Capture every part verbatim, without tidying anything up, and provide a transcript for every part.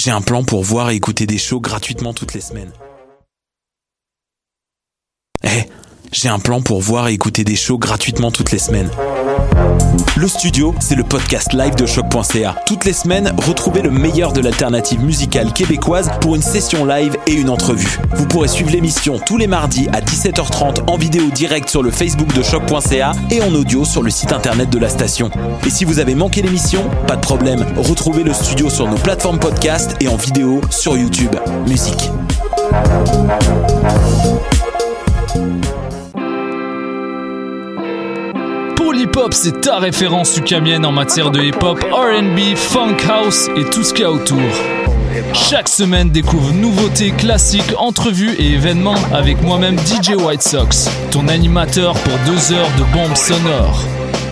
j'ai un plan pour voir et écouter des shows gratuitement toutes les semaines. Eh, hey, j'ai un plan pour voir et écouter des shows gratuitement toutes les semaines. Le Studio, c'est le podcast live de choc point c a. Toutes les semaines, retrouvez le meilleur de l'alternative musicale québécoise pour une session live et une entrevue. Vous pourrez suivre l'émission tous les mardis à dix-sept heures trente en vidéo direct sur le Facebook de choc point c a et en audio sur le site internet de la station. Et si vous avez manqué l'émission, pas de problème, retrouvez le Studio sur nos plateformes podcast et en vidéo sur YouTube. Musique. Polypop, c'est ta référence ukamienne en matière de hip-hop, R and B, funk house et tout ce qu'il y a autour. Chaque semaine, découvre nouveautés, classiques, entrevues et événements avec moi-même D J White Sox, ton animateur pour deux heures de bombes sonores.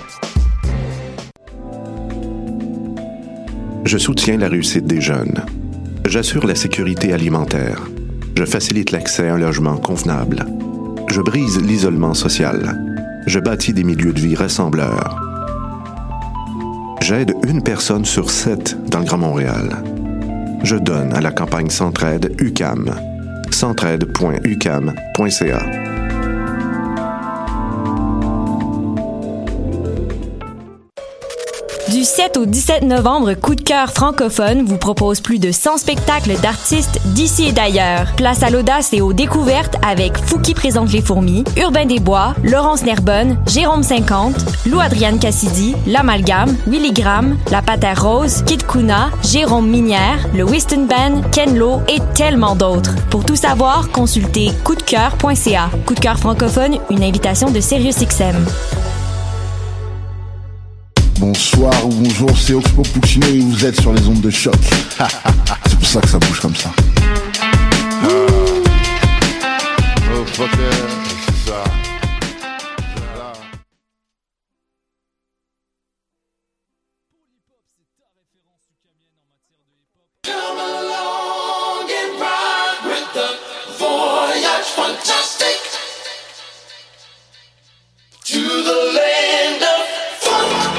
Je soutiens la réussite des jeunes. J'assure la sécurité alimentaire. Je facilite l'accès à un logement convenable. Je brise l'isolement social. Je bâtis des milieux de vie rassembleurs. J'aide une personne sur sept dans le Grand Montréal. Je donne à la campagne Centraide U Q A M. centraide point u q a m point c a. Du sept au dix-sept novembre, Coup de cœur francophone vous propose plus de cent spectacles d'artistes d'ici et d'ailleurs. Place à l'audace et aux découvertes avec Fouki présente les fourmis, Urbain Desbois, Laurence Nerbonne, Jérôme cinquante, Lou Adrienne Cassidy, L'Amalgame, Willy Graham, La Patère Rose, Kid Kuna, Jérôme Minière, le Whiston Band, Ken Lo et tellement d'autres. Pour tout savoir, consultez coup de cœur point c a. Coup de cœur francophone, une invitation de SiriusXM. Bonsoir ou bonjour, c'est Oxpo Puccino et vous êtes sur les ondes de choc. C'est pour ça que ça bouge comme ça. Oh, fuck yeah, c'est ça. Come along and ride with the voyage fantastic to the land of funk.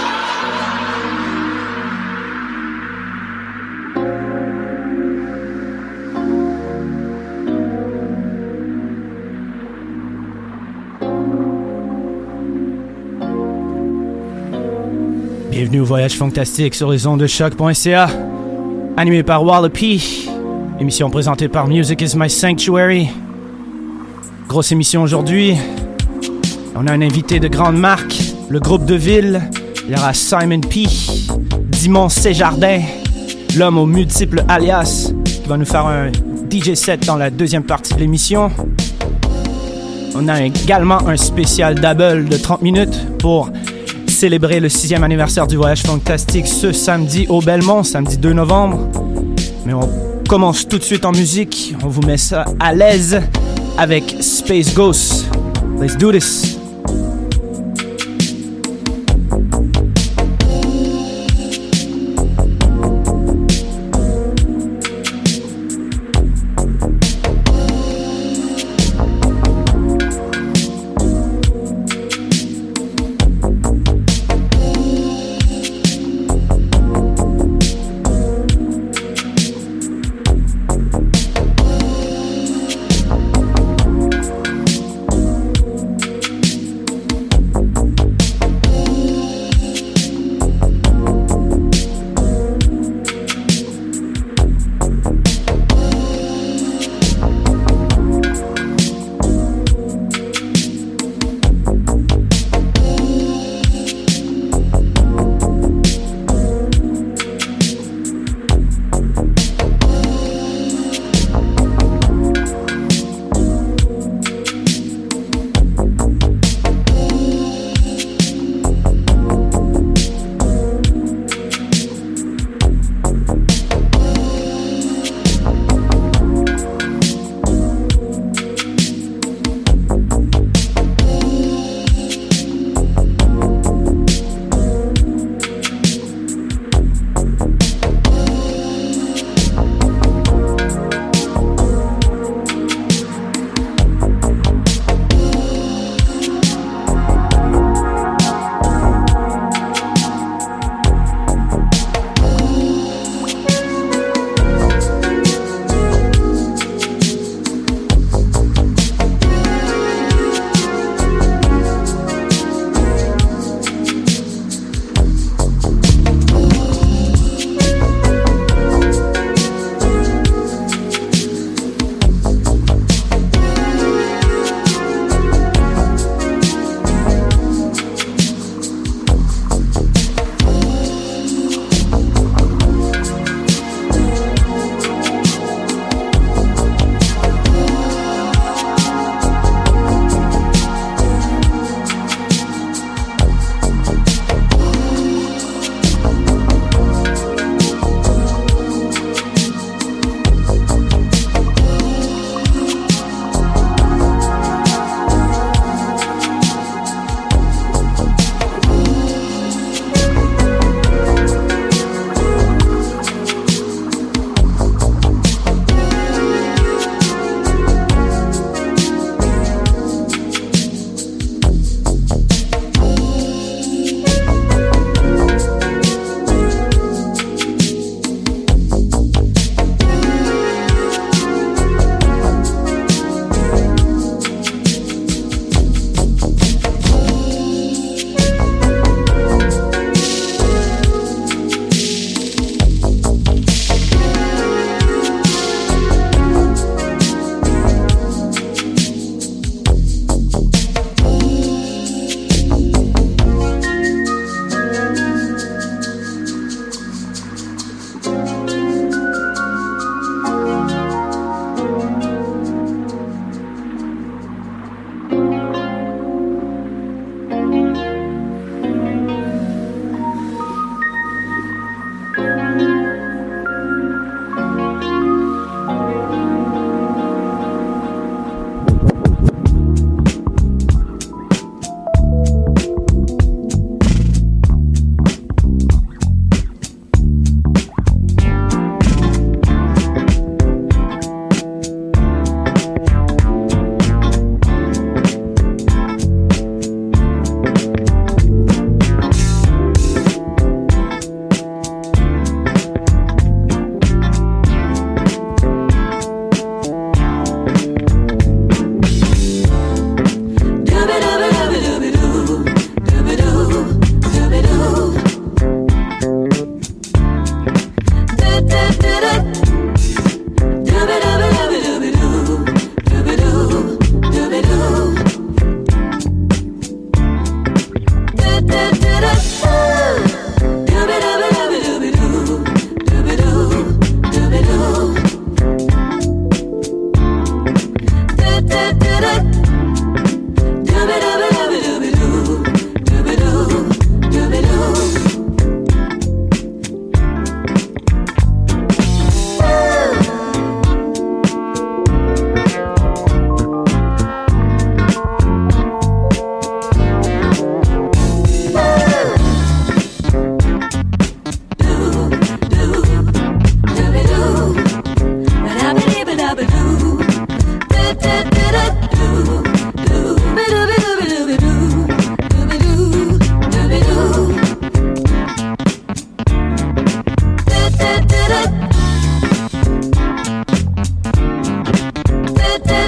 Bienvenue au Voyage Fantastique sur les ondes de choc point c a. Animé par Wallopy. Émission présentée par Music is My Sanctuary. Grosse émission aujourd'hui. On a un invité de grande marque, le groupe de ville. Il y aura Simon P, Dimon Céjardin, l'homme aux multiples alias, qui va nous faire un D J set dans la deuxième partie de l'émission. On a également un spécial double de trente minutes pour célébrer le sixième anniversaire du Voyage Fantastique ce samedi au Belmont, samedi deux novembre. Mais on commence tout de suite en musique. On vous met ça à l'aise avec Space Ghost. Let's do this.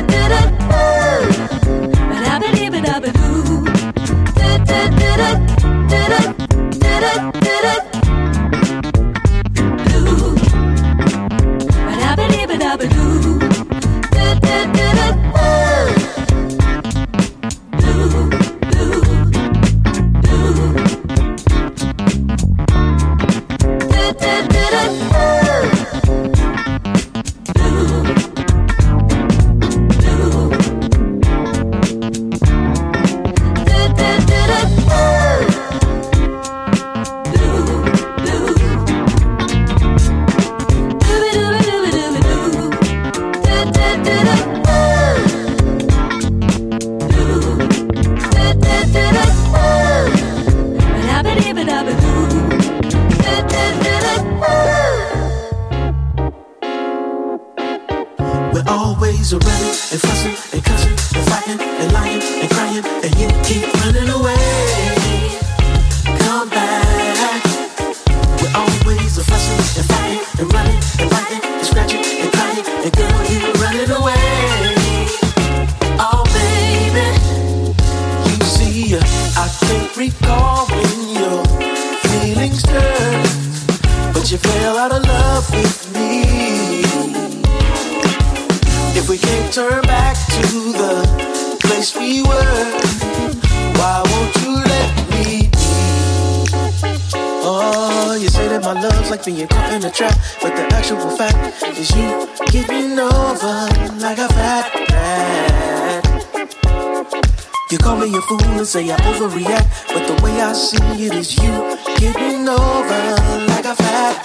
Say I overreact, but the way I see it is you getting over like a fat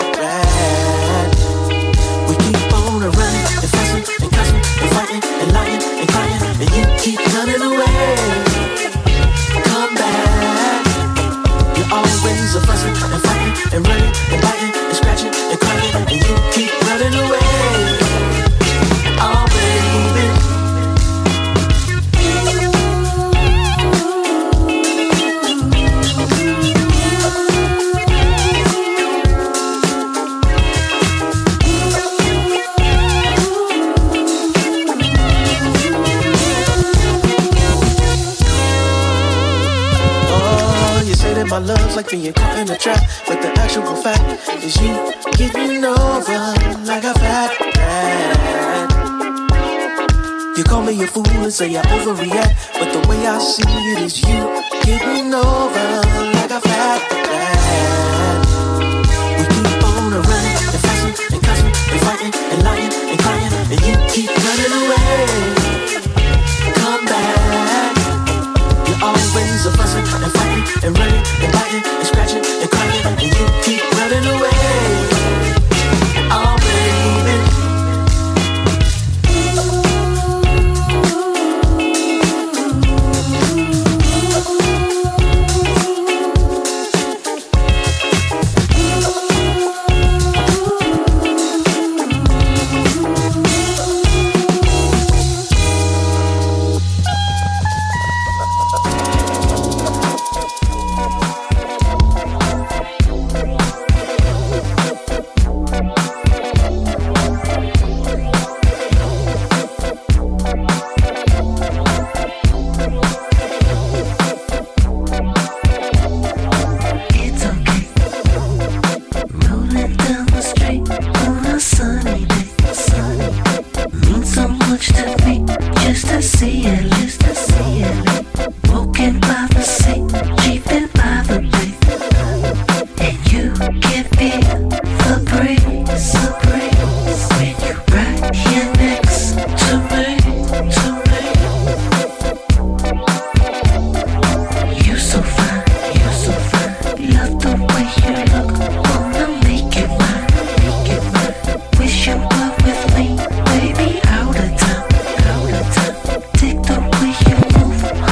rat. We keep on running and fussing and cussing and fighting and lying and crying, and you keep running away. Come back. You're always a fussing and fighting and running and biting and scratching and crying, and you keep running away. Oh baby. My love's like being caught in a trap, but the actual fact is you getting over like a fat rat. You call me a fool and say I overreact, but the way I see it is you getting over like a fat rat. We keep on running and fussing and cussing and fighting and lying and crying, and you keep running away. Come back. You're always a fussing and fighting and running and biting and scratching and crying, and you keep running away. Oh baby. With me, baby, out of time, out of time. Take the way you move.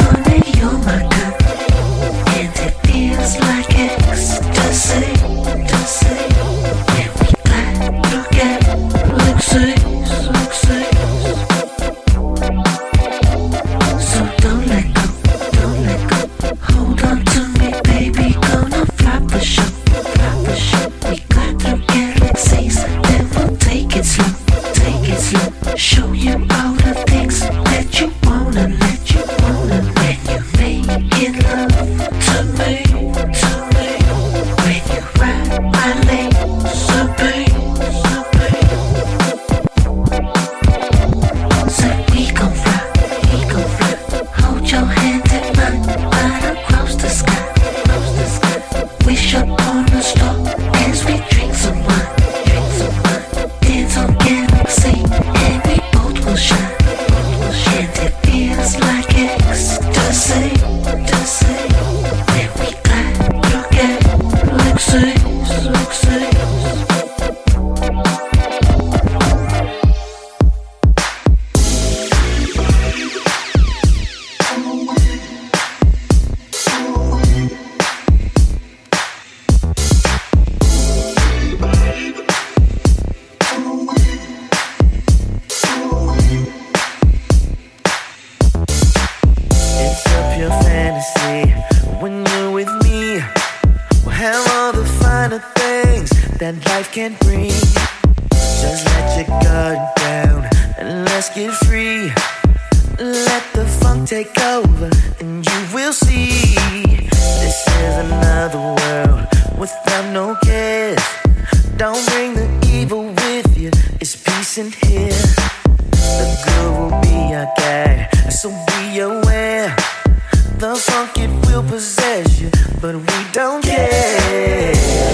can bring. Just let your guard down and let's get free. Let the funk take over and you will see. This is another world without no cares. Don't bring the evil with you, it's peace in here. The good will be our guide, so be aware. The funk, it will possess you, but we don't care.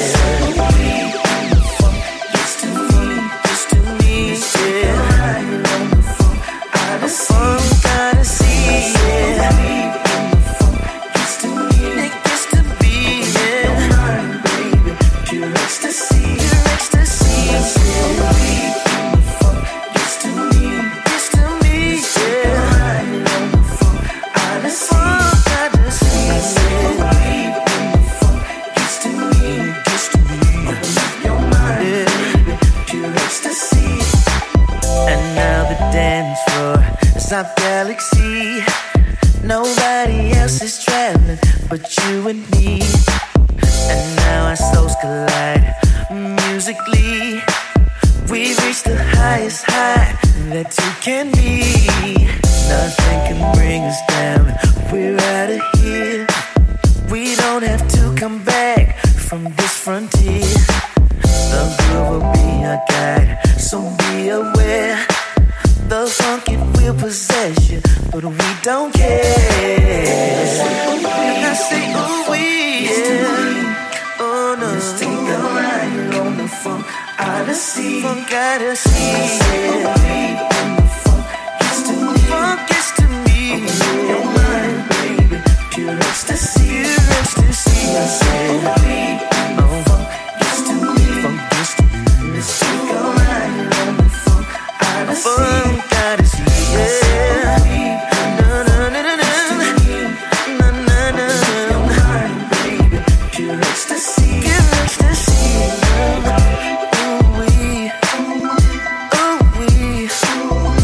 Our galaxy, nobody else is traveling but you and me. And now our souls collide musically. We reach the highest high that two can be. Nothing can bring us down, we're out of here. We don't have to come back from this frontier. The good will be our guide, so be aware. The funk, it will possess you, but we don't care. And I say, ooh, we, yeah. Oh, no. Let's take a ride on the funk Odyssey. Funk Odyssey, yeah. Funk gets to me. Funk gets to me. Your mind, baby. Pure ecstasy. Pure ecstasy. Yeah. Oh, funk gets to me. Funk gets to me. Let's take a ride on the funk Odyssey. Ooh, we, ooh, we.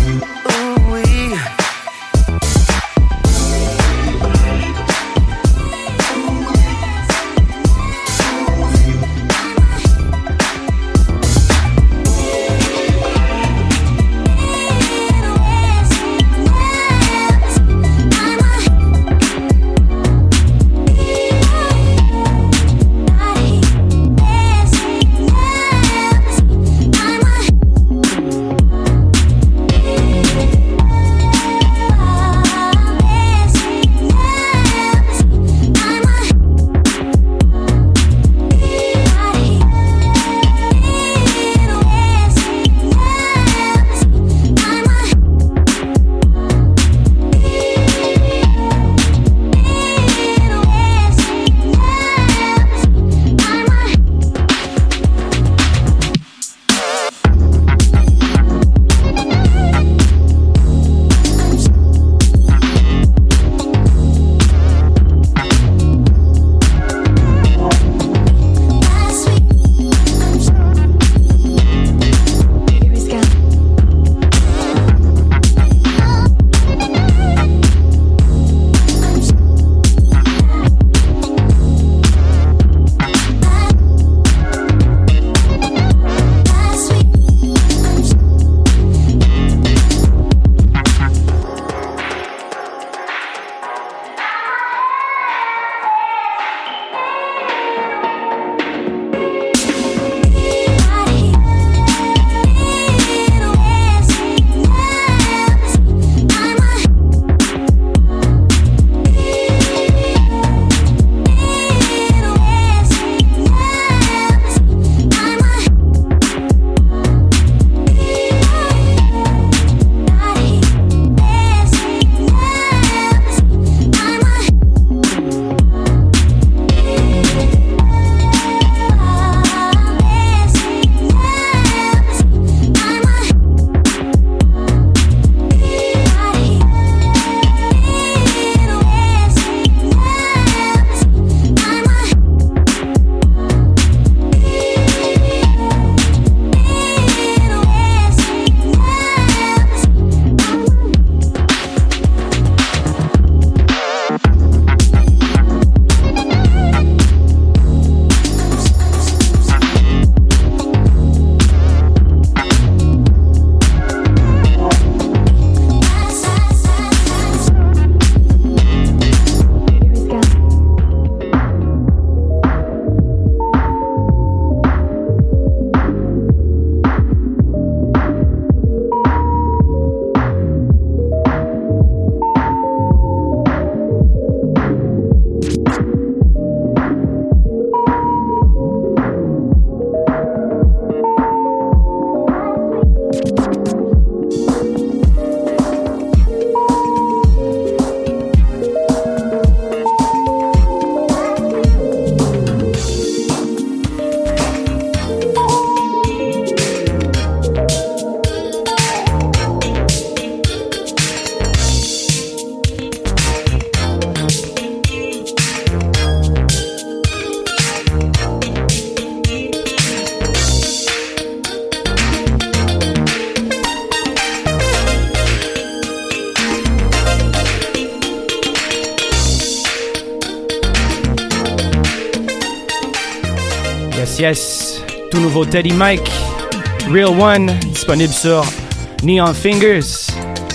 Yes, yes. Tout nouveau Teddy Mike, Real One, disponible sur Neon Fingers.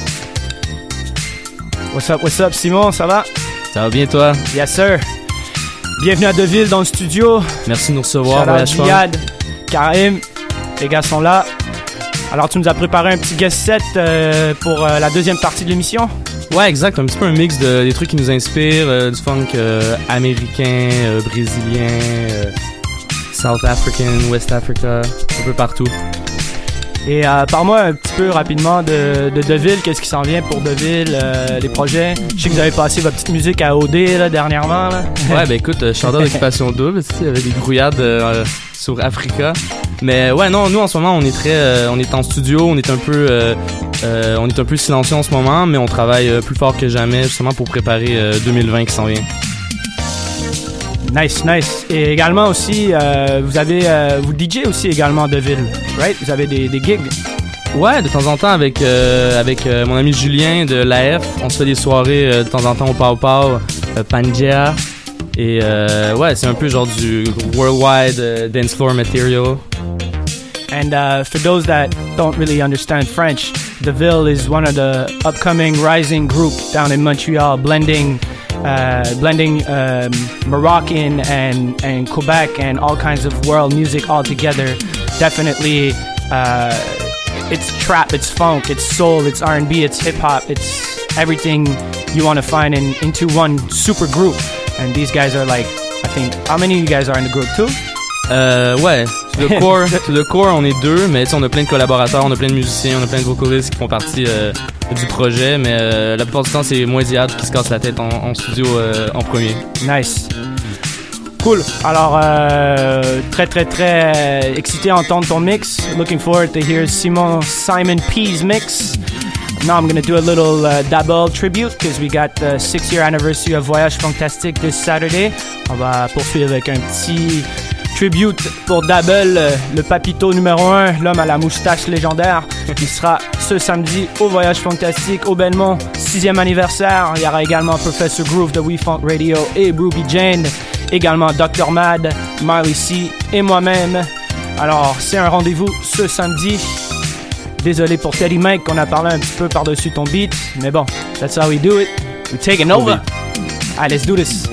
What's up, what's up, Simon, ça va? Ça va bien, toi? Yes, sir. Bienvenue à Deville dans le studio. Merci de nous recevoir. Shout out Ziad, Karim, les gars sont là. Alors, tu nous as préparé un petit guest set euh, pour euh, la deuxième partie de l'émission? Ouais, exact. Un petit peu un mix de, des trucs qui nous inspirent, euh, du funk euh, américain, euh, brésilien, euh, South African, West Africa, un peu partout. Et euh, parle-moi un petit peu rapidement de, de Deville, qu'est-ce qui s'en vient pour Deville, euh, les projets. Je sais que vous avez passé votre petite musique à O D là, dernièrement. Là. Ouais, ben écoute, je suis chanteur d'Occupation Double, il y avait des grouillades euh, sur Africa. Mais ouais, non, nous en ce moment, on est très, euh, on est en studio, on est un peu, euh, euh, on est un peu silencieux en ce moment, mais on travaille euh, plus fort que jamais justement pour préparer euh, deux mille vingt qui s'en vient. Nice, nice. Et également aussi, euh, vous avez, euh, vous D J aussi également Deville, right? Vous avez des, des gigs? Ouais, de temps en temps avec euh, avec euh, mon ami Julien de l'A F, on se fait des soirées euh, de temps en temps au Pau Pau, euh, Pangea. Et euh, ouais, c'est un peu genre du worldwide uh, dance floor material. And uh, for those that don't really understand French, Deville is one of the upcoming rising group down in Montreal, blending uh, blending um, Moroccan and, and Quebec and all kinds of world music all together. Definitely, uh, it's trap, it's funk, it's soul, it's R and B, it's hip-hop, it's everything you want to find in, into one super group. And these guys are like, I think, how many of you guys are in the group too? Euh, ouais, to the core, to the core, on est deux, mais tu sais, on a plein de collaborateurs, on a plein de musiciens, on a plein de vocalistes qui font partie euh, du projet, mais euh, la plupart du temps, c'est moi et Ziad qui se casse la tête en, en studio euh, en premier. Nice. Cool. Alors, euh, très, très, très excité à entendre ton mix. Looking forward to hear Simon Simon P's mix. Now I'm going to do a little uh, Dabble tribute because we got the six year anniversary of Voyage Funktastique this Saturday. On va poursuivre avec un petit tribute pour Dabble, le papito numéro un, l'homme à la moustache légendaire, qui sera ce samedi au Voyage Funktastique au Belmont, sixième anniversaire. Il y aura également Professor Groove de We Funk Radio et Ruby Jane, également docteur Mad, Marley C et moi-même. Alors, c'est un rendez-vous ce samedi. Désolé pour Teddy Mike qu'on a parlé un petit peu par-dessus ton beat, mais bon, that's how we do it. We're taking over. Alright, let's do this.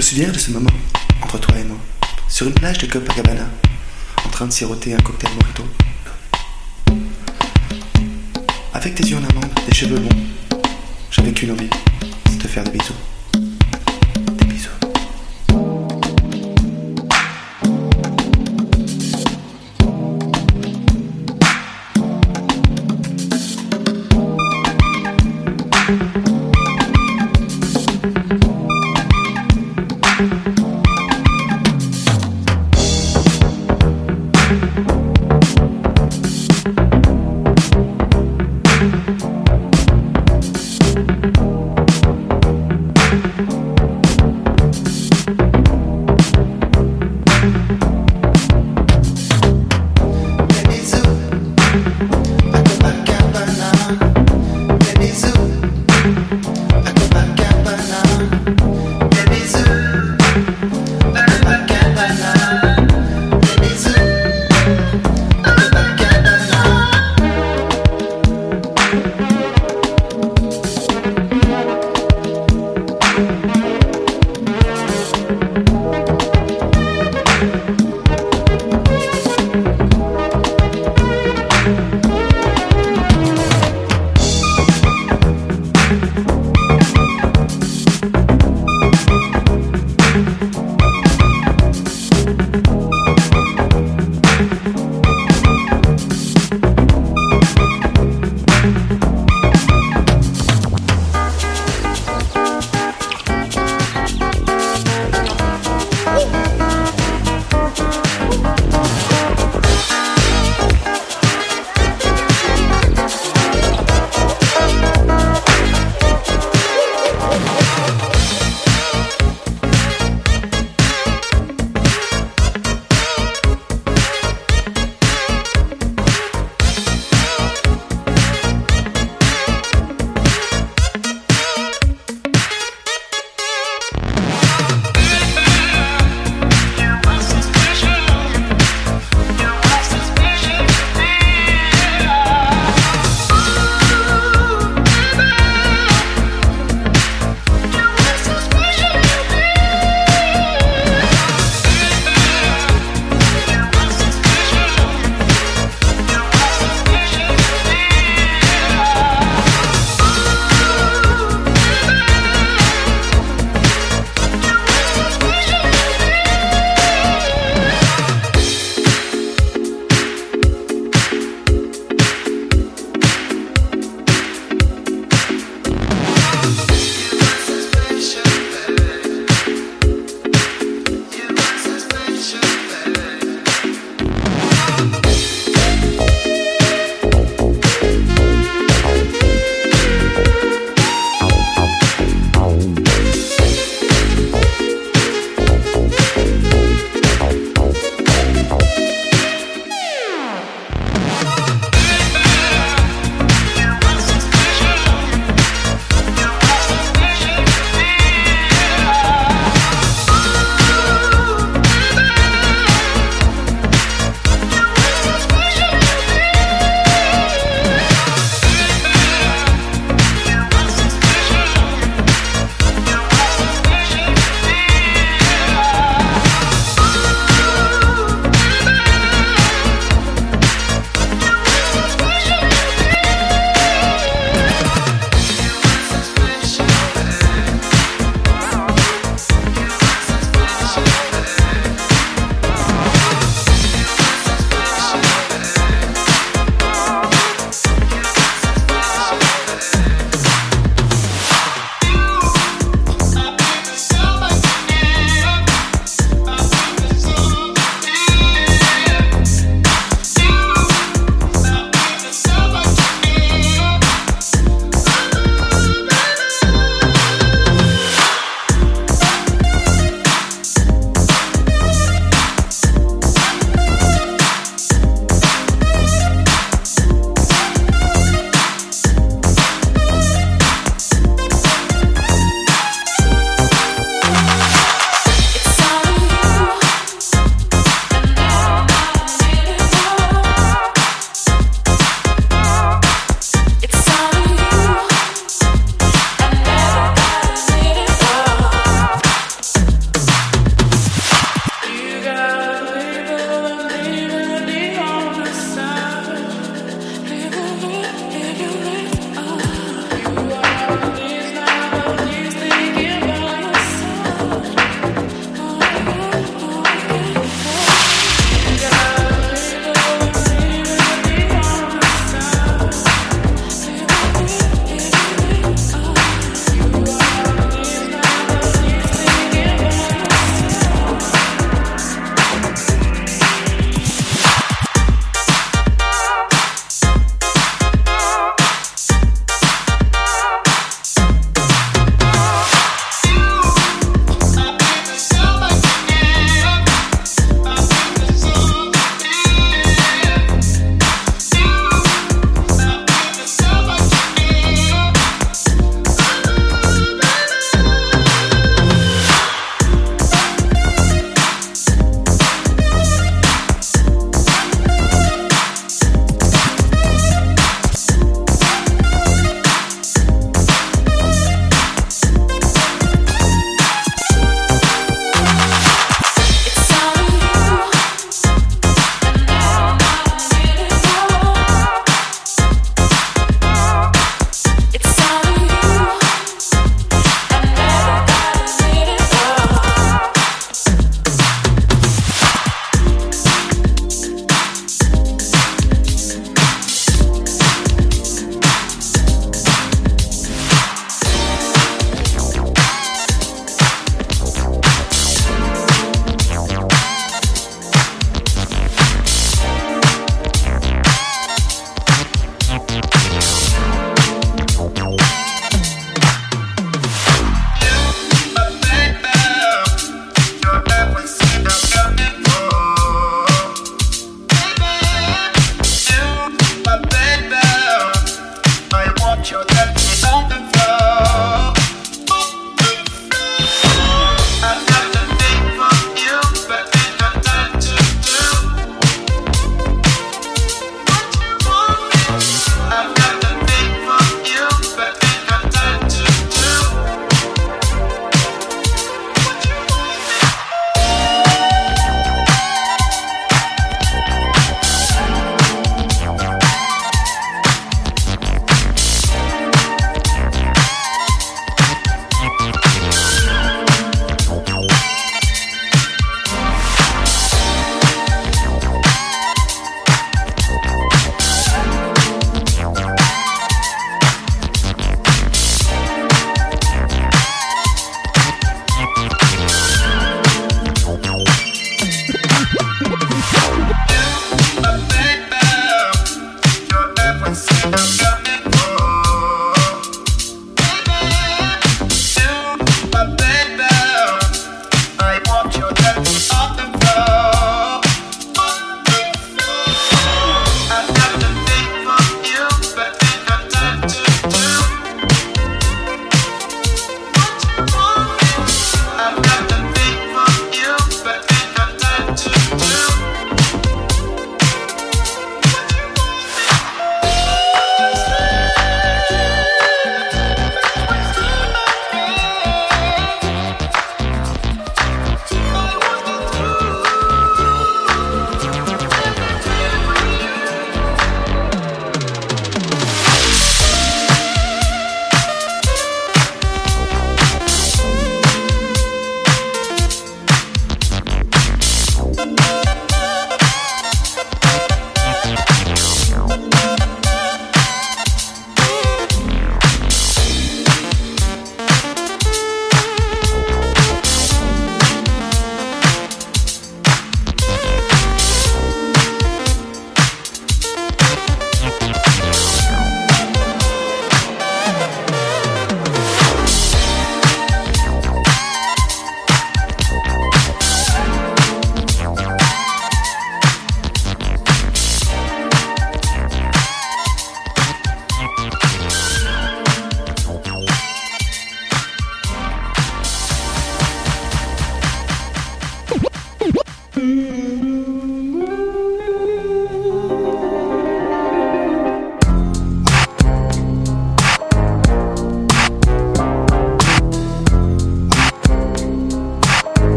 me souviens de ce moment, entre toi et moi, sur une plage de Copacabana, en train de siroter un cocktail mojito. Avec tes yeux en amande, des cheveux longs, j'avais qu'une envie, c'est de te faire des bisous. Des bisous.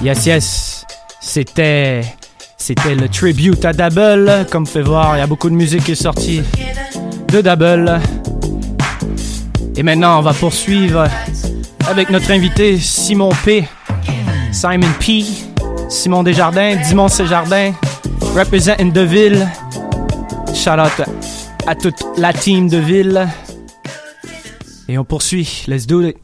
Yes, yes. C'était... C'était le tribute à Double. Comme vous pouvez voir, il y a beaucoup de musique qui est sortie de Double. Et maintenant, on va poursuivre avec notre invité Simon P. Simon P. Simon Desjardins, Dimon Desjardins, representing Deville. Shout out à toute la team de Ville. Et on poursuit. Let's do it.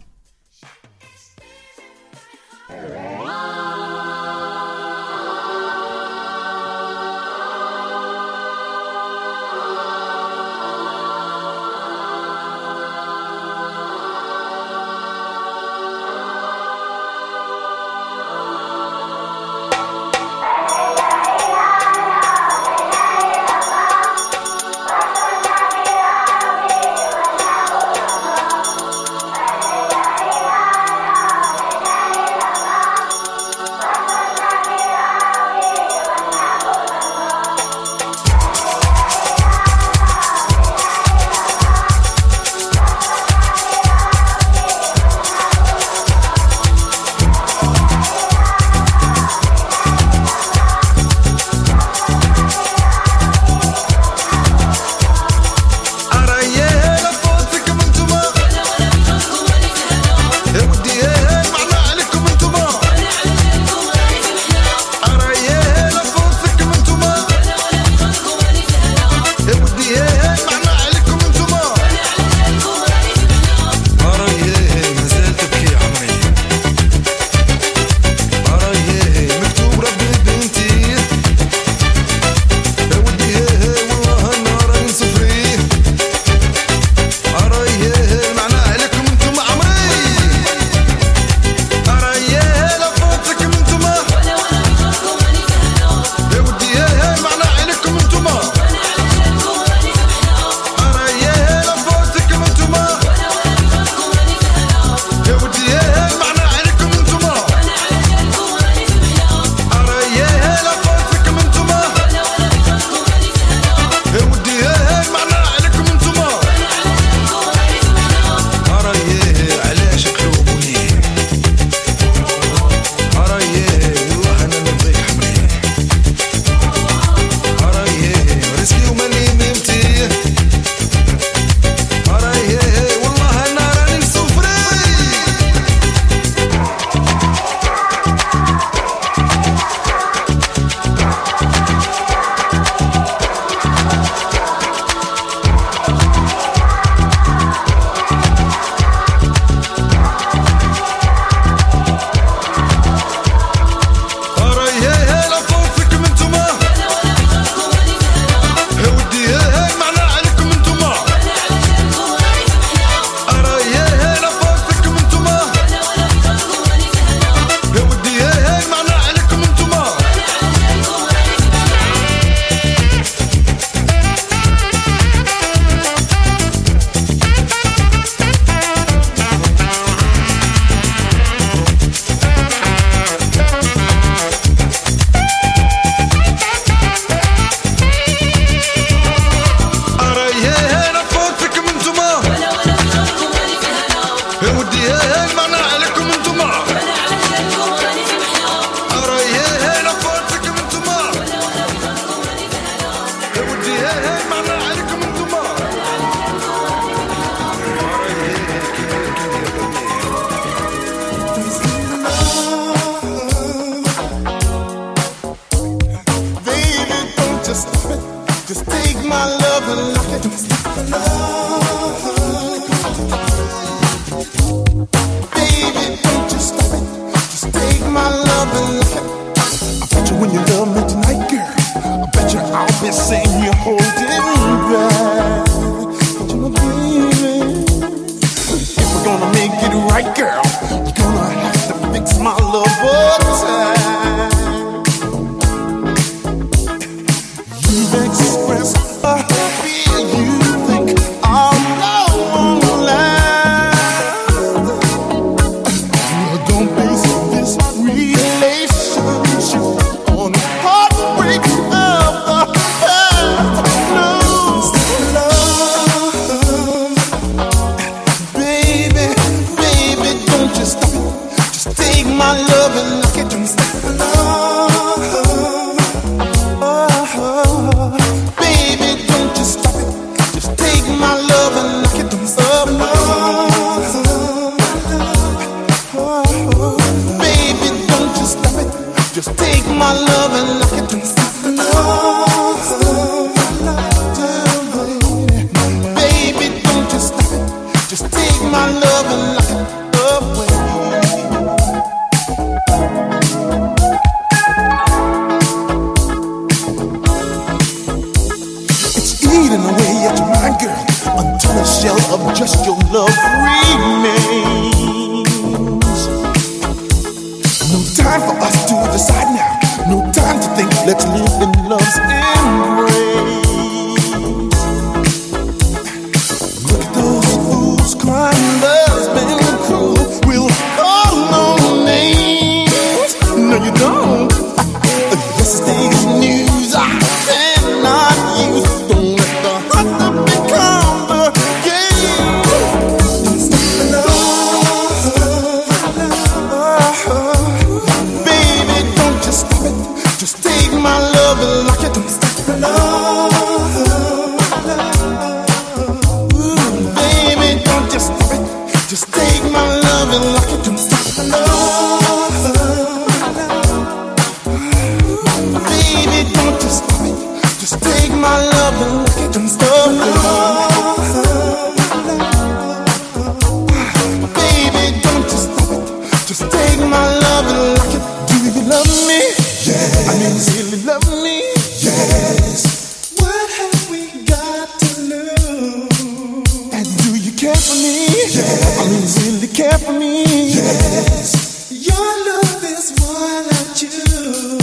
Baby, baby, don't Just take my love and lock it away. It's eating away at your mind, girl, until a shell of just your love remains. No time for us to decide now. No time to think. Let's live in love's embrace. Look at those fools crying. Love's been cruel. We'll call no names. No, you don't. Yesterday's news I cannot use. Don't let the heart become the game. Stop the love. Baby, don't just stop it. Just take my love and lock it. Don't stop the love. Ooh, baby, don't just stop it. Just take my love and lock it. Don't stop the love. Baby, don't just stop it. Just take my love and lock it. Don't stop the love. Baby, don't just stop it. Just take my love and lock it. Do you love me? Yes. I mean, really love me? Yes. What have we got to lose? And do you care for me? Yes. I mean, really care for me? Yes. Your love is what I choose.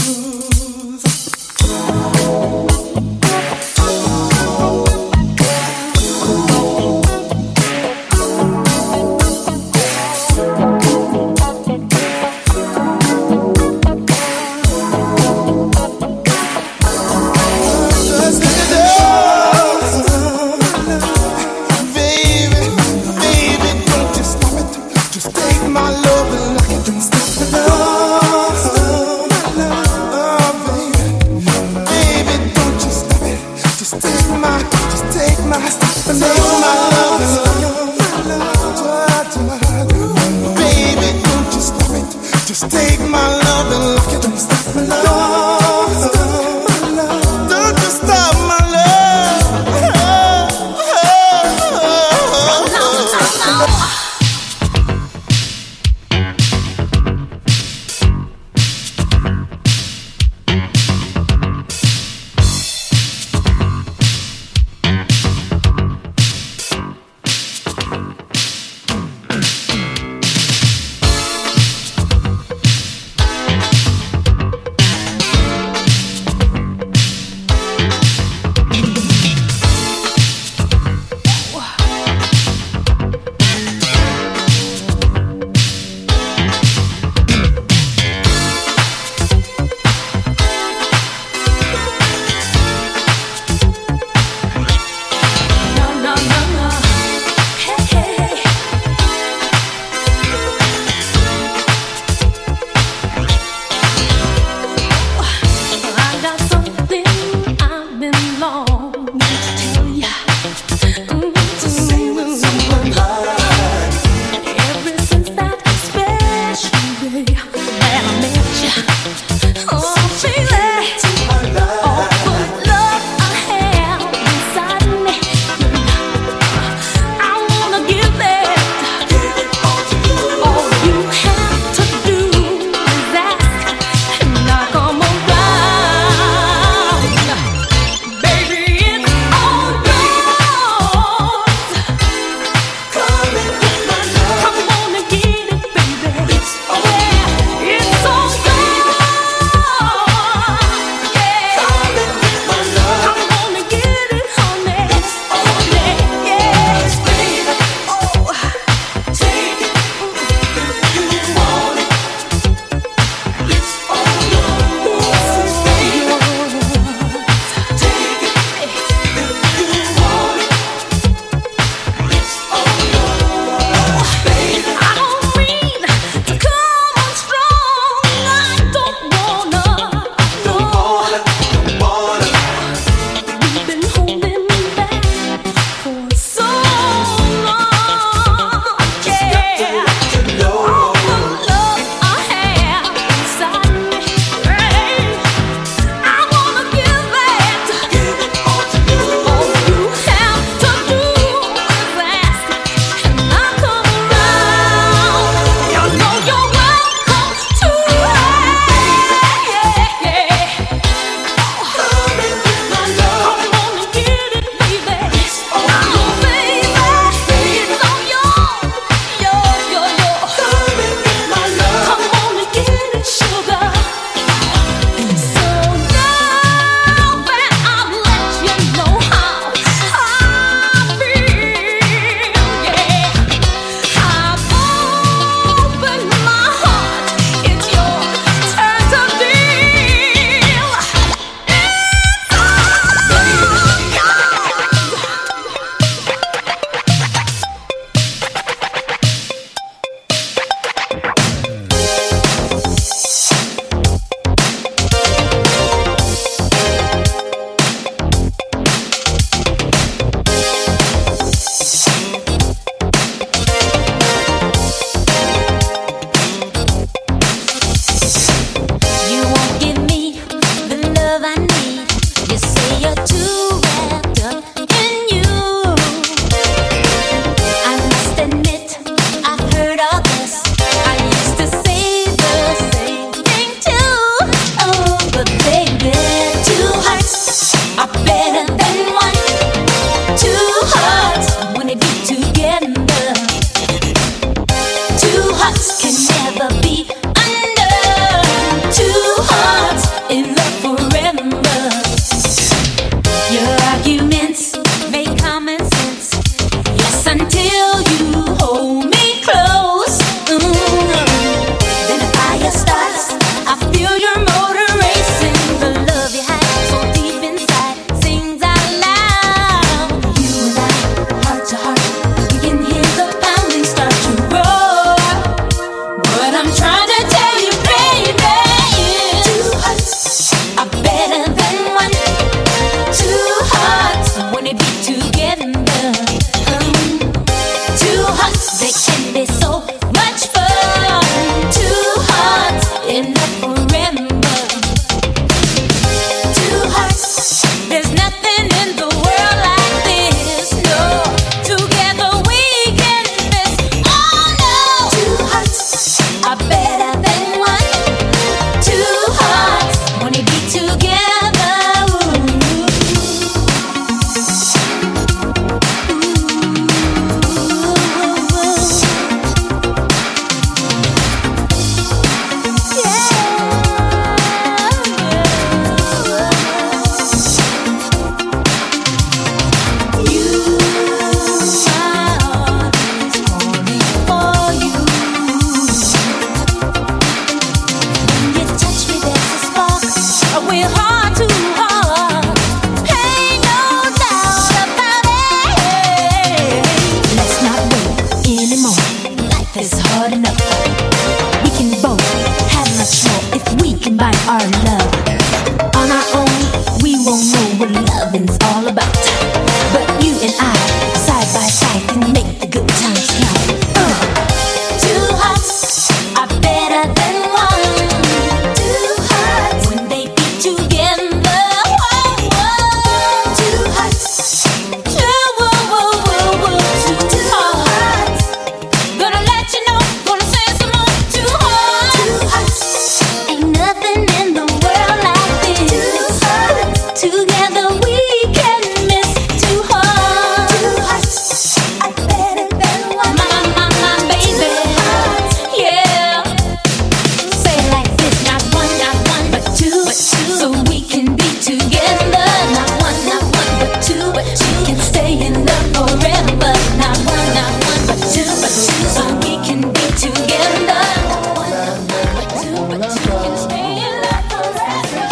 life is hard enough. We can both have much more if we combine our love. On our own, we won't know what loving's all about. But you and I, side by side, can make the good times count. Uh. Two hearts are better than one. Two hearts when they beat together. Whoa, whoa. Two hearts. Two, whoa, whoa, whoa, whoa. Two, two hearts. Gonna let you know, gonna say some more. Two hearts. Two hearts. Ain't nothing in the world like this. Two hearts. Together we can miss. Two hearts. Two hearts are better than one. My, my, my, baby. Yeah. Say it like this, not one, not one, but two, but two. So we can be together. Not one, not one, but two, but two. Can stay in love forever. Not one, not one, but two, but two. So we can be together. Not one, not one, but two, but two. Can stay in love forever.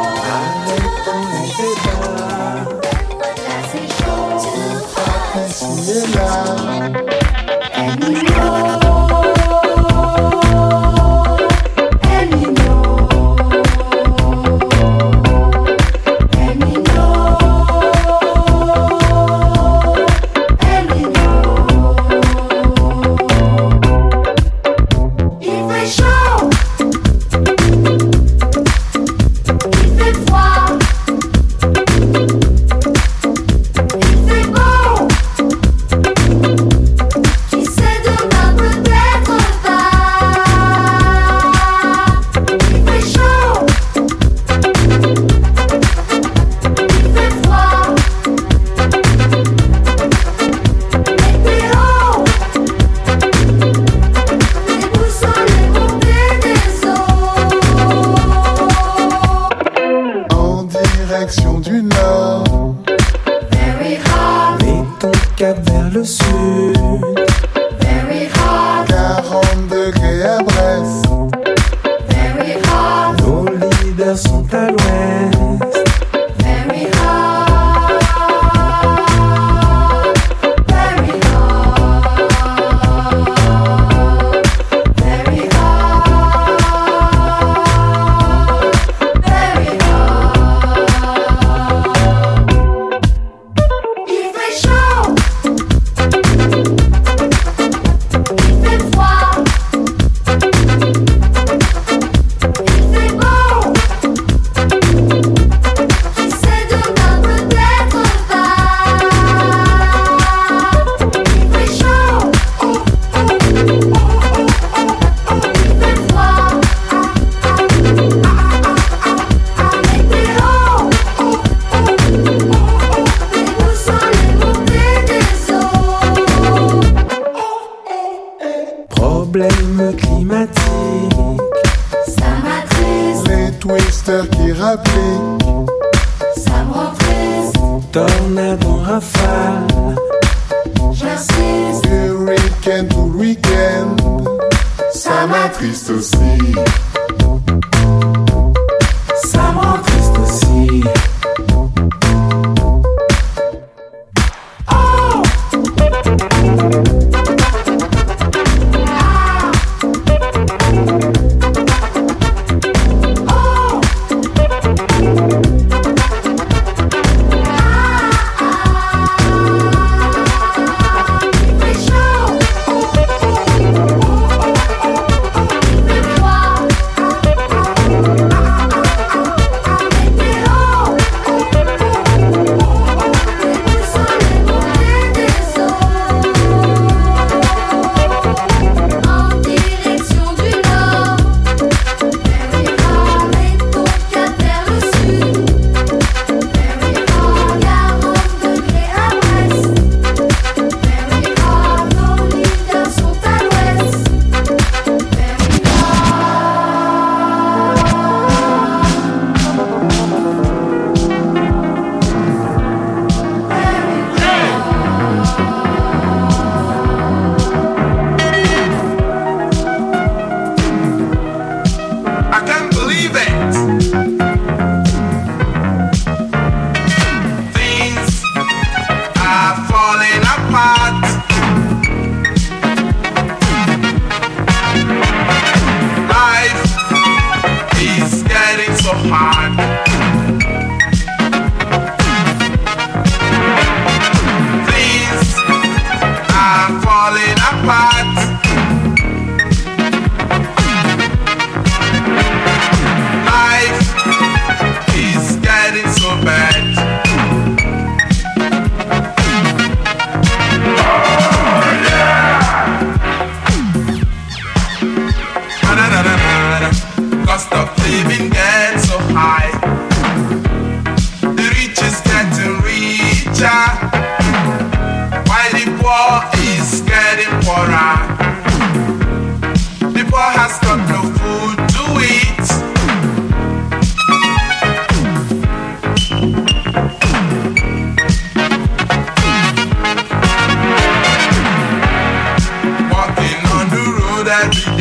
Il fait chaud, il fait froid, il fait beau. Qui sait demain peut-être pas. Il fait chaud, il fait froid. Météo, les boussoles, les montées des eaux. En direction du nord, Very hot, mets ton cap vers le sud. very hot, quarante degrés à Brest, very hot, nos leaders sont à l'ouest. very hot, very hot, very hot, very hot. Il fait chaud, il fait froid, il fait beau. Qui sait demain peut-être pas. Il fait chaud, il fait froid. Météo, les boussoles, les montées des eaux. Problème climatique, Ça m'attriste, les twisters qui rappliquent, ça me rend triste. tornade en rafale, J'insiste, hurricane tout le week-end, ça m'attriste aussi. ça me rend triste aussi. Il fait chaud, il fait froid.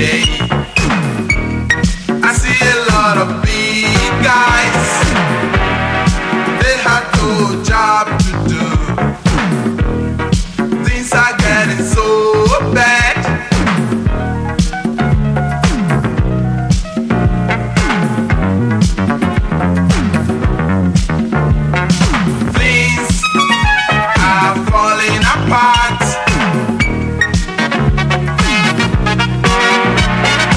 day. I see a lot of big guys. They have no job to do. Things are getting so bad. Things are falling apart.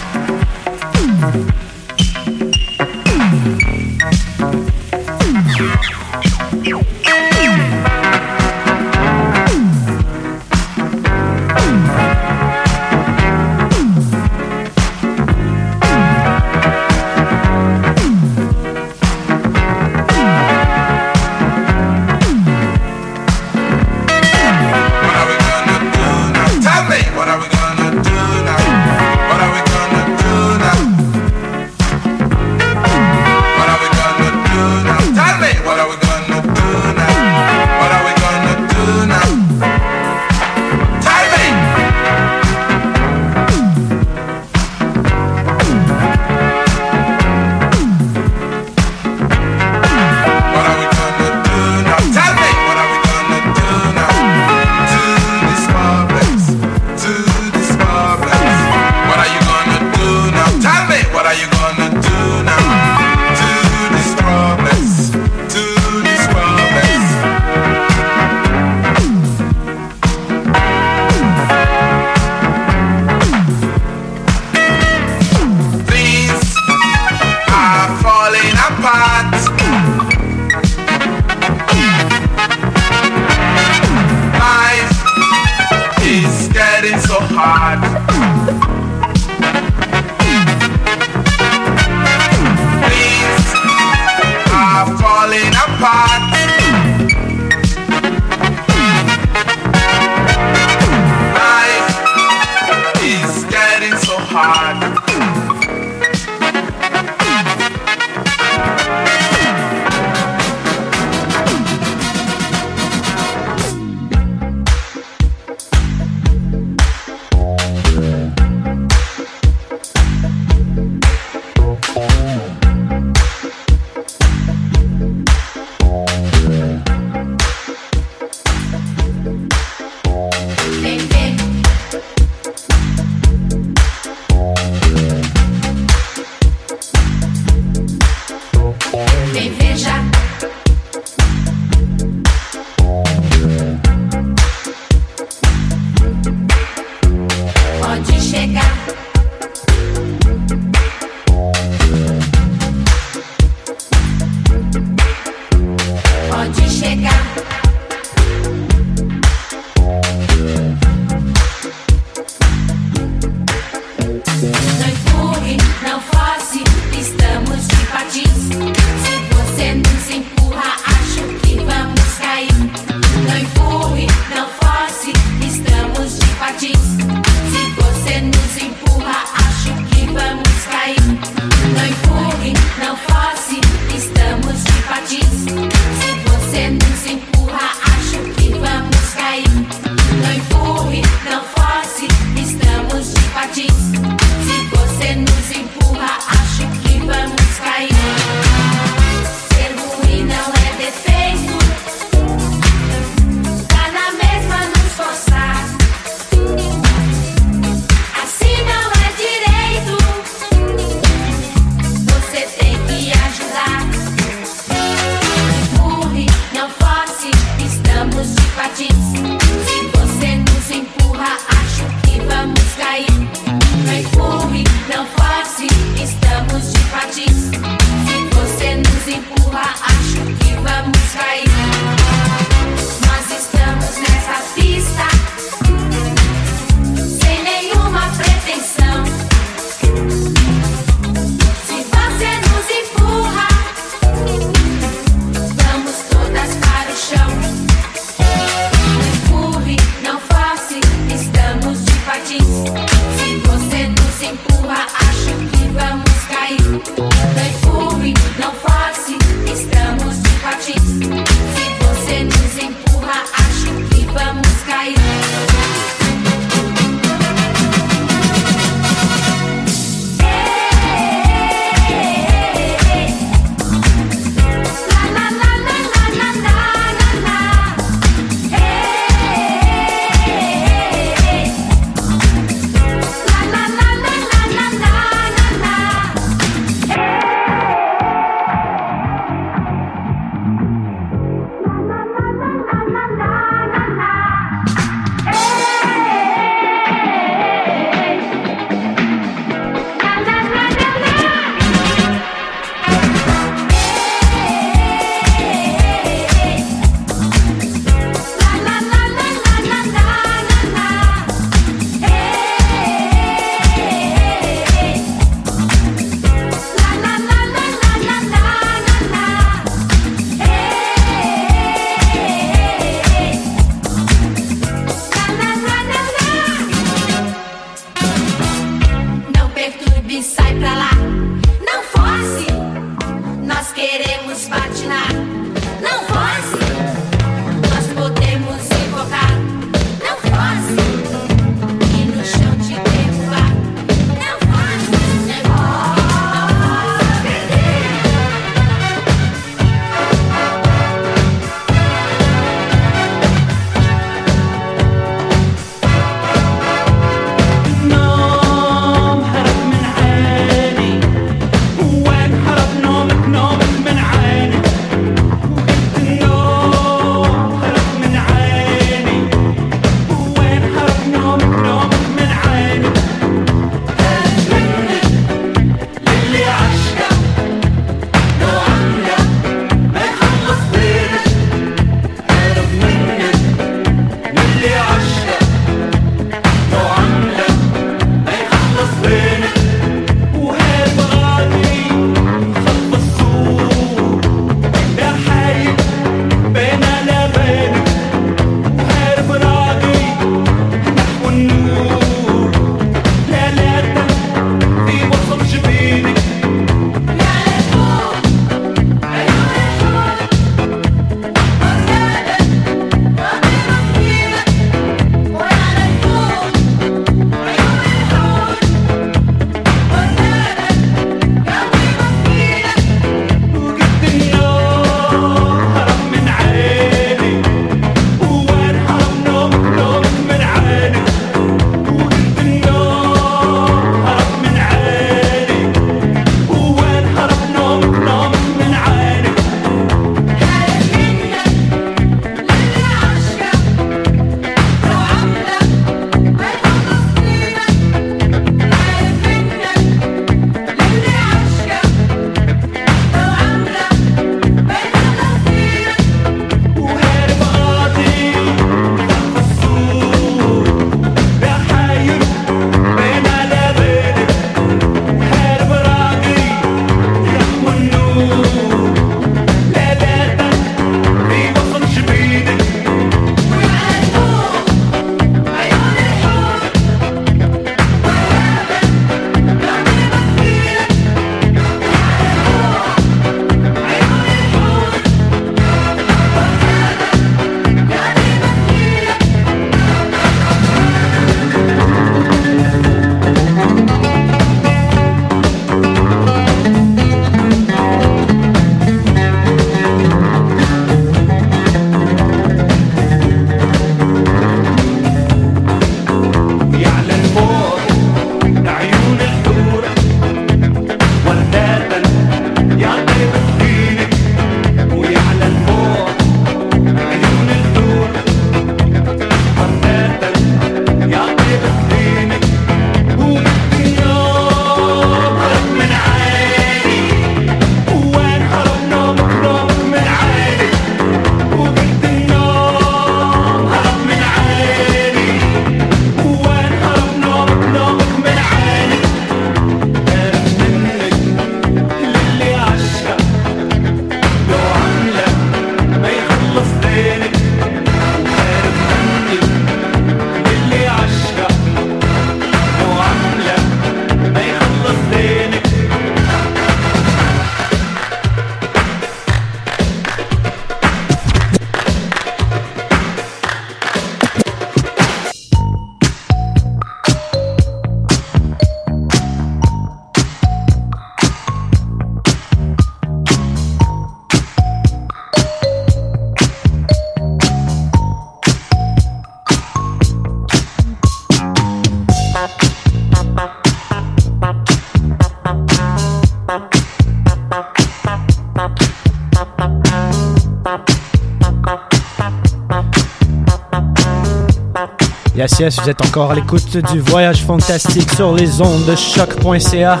Yes, yes, vous êtes encore à l'écoute du voyage fantastique sur les ondes de choc point c a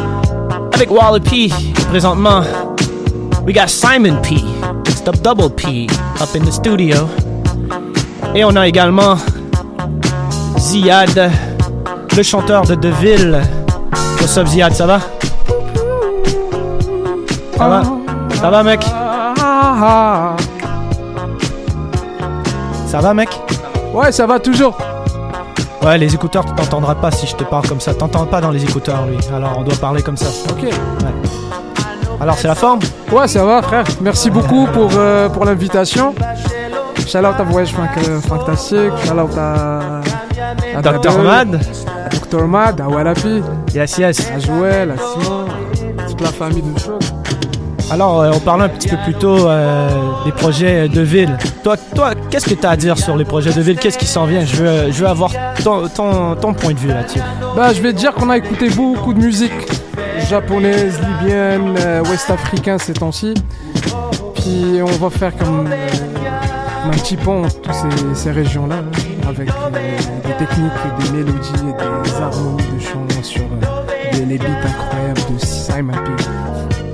avec Wallopy. Présentement, we got Simon P. It's the double P up in the studio. Et on a également Ziad, le chanteur de Deville. What's up, Ziad, ça va? Ça va? Ça va, mec? Ça va, mec? Ouais, ça va toujours. Ouais, les écouteurs, tu t'entendras pas si je te parle comme ça. T'entends pas dans les écouteurs, lui. Alors, on doit parler comme ça. Ok. Ouais. Alors, c'est la forme? Ouais, ça va, frère. Merci beaucoup pour, euh, pour l'invitation. Shout-out à Voyage Fantastique. Shout-out à... à docteur Mad. À docteur Mad, à Wallopy. Yes, yes. À Joël, à Simon. Toute la famille de Choc. Alors, euh, on parlait un petit peu plus tôt euh, des projets de ville. Toi, toi, qu'est-ce que tu as à dire sur les projets de ville? Qu'est-ce qui s'en vient? Je veux, je veux avoir ton, ton, ton point de vue là-dessus. Bah, je vais te dire qu'on a écouté beaucoup de musique japonaise, libyenne, euh, ouest-africaine ces temps-ci. Puis on va faire comme euh, un petit pont entre toutes ces, ces régions-là, hein, avec euh, des techniques, des mélodies et des harmonies de chant sur euh, des, les beats incroyables de Simon P.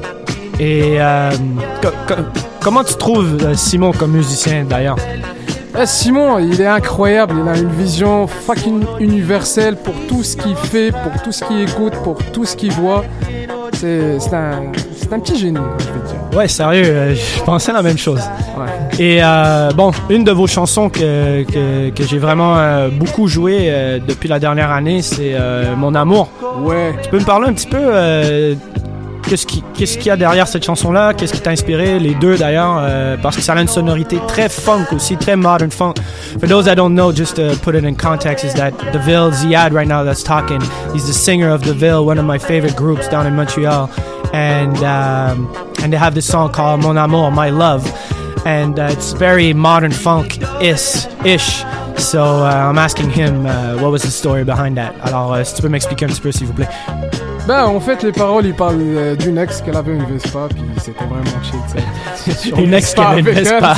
Et euh, co- co- comment tu trouves euh, Simon comme musicien d'ailleurs? Eh, Simon, il est incroyable, il a une vision fucking universelle pour tout ce qu'il fait, pour tout ce qu'il écoute, pour tout ce qu'il voit. C'est, c'est, un, c'est un petit génie, je vais dire. Ouais, sérieux, euh, je pensais la même chose. Ouais. Et euh, bon, une de vos chansons que, que, que j'ai vraiment euh, beaucoup joué euh, depuis la dernière année, c'est euh, Mon Amour. Ouais. Tu peux me parler un petit peu euh, qu'est-ce, qui, qu'est-ce qu'il y a derrière cette chanson-là? Qu'est-ce qui t'a inspiré? Les deux d'ailleurs, euh, parce que ça a une sonorité très funk aussi, très modern funk. For those that don't know, just to put it in context, is that DeVille Ziad right now that's talking, he's the singer of DeVille, one of my favorite groups down in Montreal. And, um, and they have this song called Mon Amour, My Love. And uh, it's very modern funk-ish. Ish. So uh, I'm asking him uh, what was the story behind that. Alors, uh, si tu peux m'expliquer un petit peu, s'il vous plaît. Ben, en fait, les paroles, ils parlent euh, d'une ex qu'elle avait une Vespa, puis c'était vraiment chill, tu sais. Une ex qui avait une Vespa.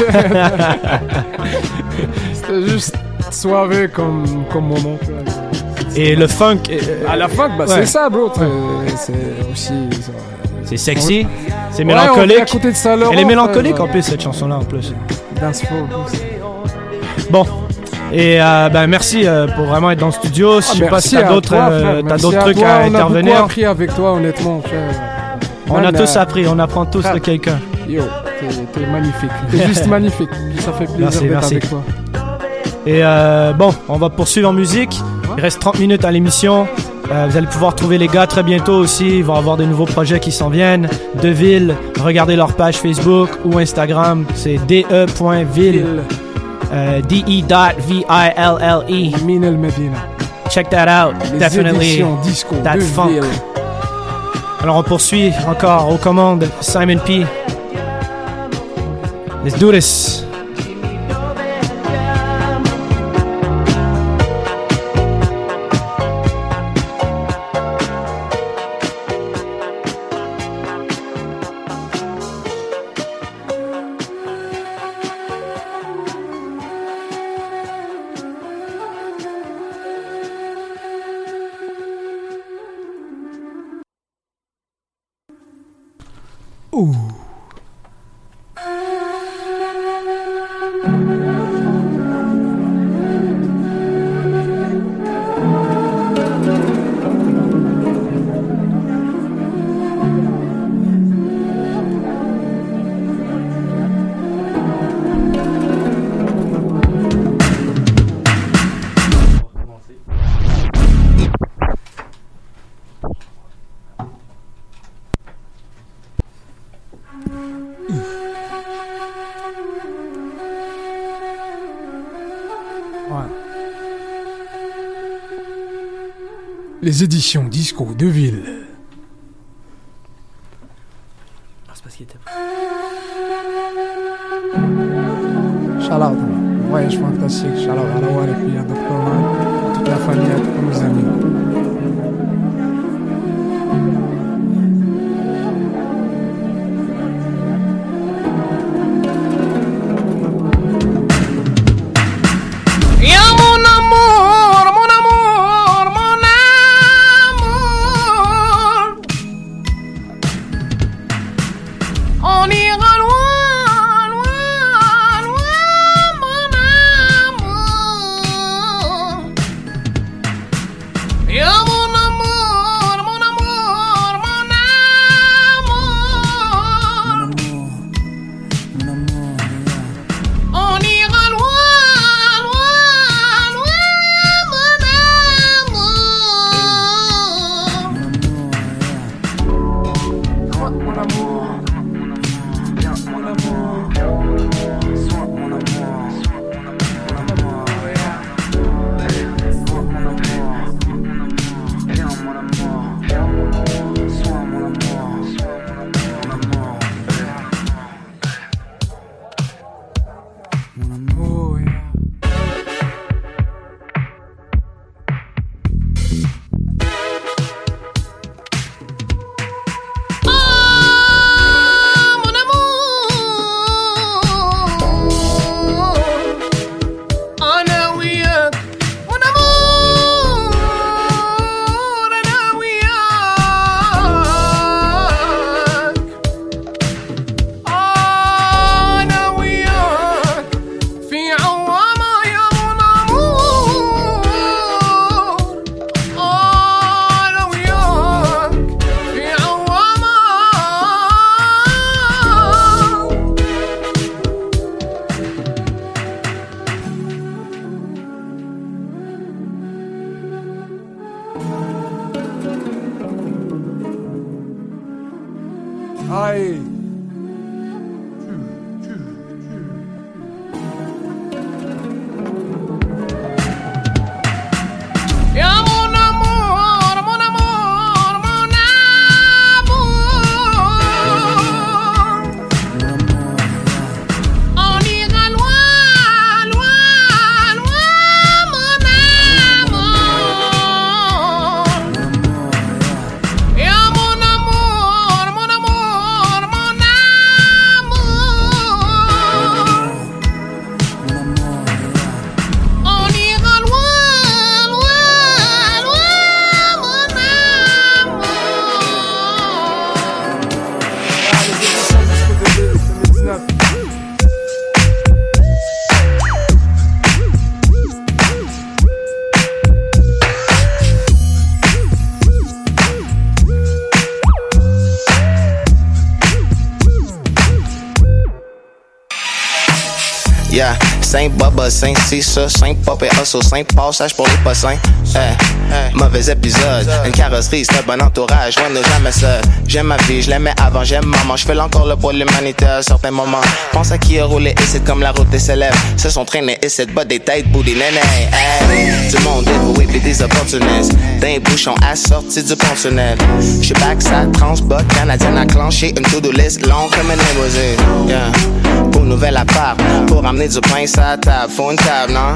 C'était juste soirée comme, comme moment. Et le funk... Euh, ah, la funk, bah, ouais. c'est ça, bro. Ouais. C'est aussi... Ça, c'est sexy, c'est ouais, mélancolique. À côté de ça, elle est mélancolique ouais, en plus, cette chanson-là, en plus. Dance floor, bon. Et euh, ben merci euh, pour vraiment être dans le studio. Je sais ah, pas si t'as d'autres, euh, t'as d'autres trucs à, à on intervenir. On a appris avec toi, honnêtement. Frère. On Man, a tous euh... appris, on apprend tous ah. de quelqu'un. Yo, t'es, t'es magnifique. T'es juste magnifique. Ça fait plaisir merci, d'être merci. avec toi. Et euh, bon, on va poursuivre en musique. Il reste trente minutes à l'émission. Euh, vous allez pouvoir trouver les gars très bientôt aussi. Ils vont avoir des nouveaux projets qui s'en viennent. Deville, regardez leur page Facebook ou Instagram. C'est d e point ville. Uh, D E dot V I L L E. Minel Medina. Check that out. Les Definitely disco that funk. Ville. Alors on poursuit encore aux commandes. Simon P. Let's do this. Ooh. Les éditions Disco Deville. Ah, c'est parce qu'il était... Shout out, voyage fantastique. Shout out à la Wall et puis à docteur Man, à toute la famille, à tous nos amis. On Aïe. Yeah, Saint Bubba, Saint Cissa, Saint Pop et Hustle, Saint Passage pour les passants. Hey, hey. Mauvais épisode, une carrosserie, c'est un bon entourage, on n'est jamais seul. J'aime ma vie, je l'aimais avant, j'aime maman, je fais encore le pour l'humanité à certains moments. Pense à qui a roulé et c'est comme la route des célèbres. Se sont traînés et c'est bas des têtes, bout des nénés. Hey, du monde dévoué pis des opportunistes. D'un bouchon assorti du pont tunnel. J'suis back, ça transbot, canadienne à clencher, une to-do list longue comme une limousine. Yeah. Pour nouvelle appart, pour amener du pain sur la table, faut une table, non?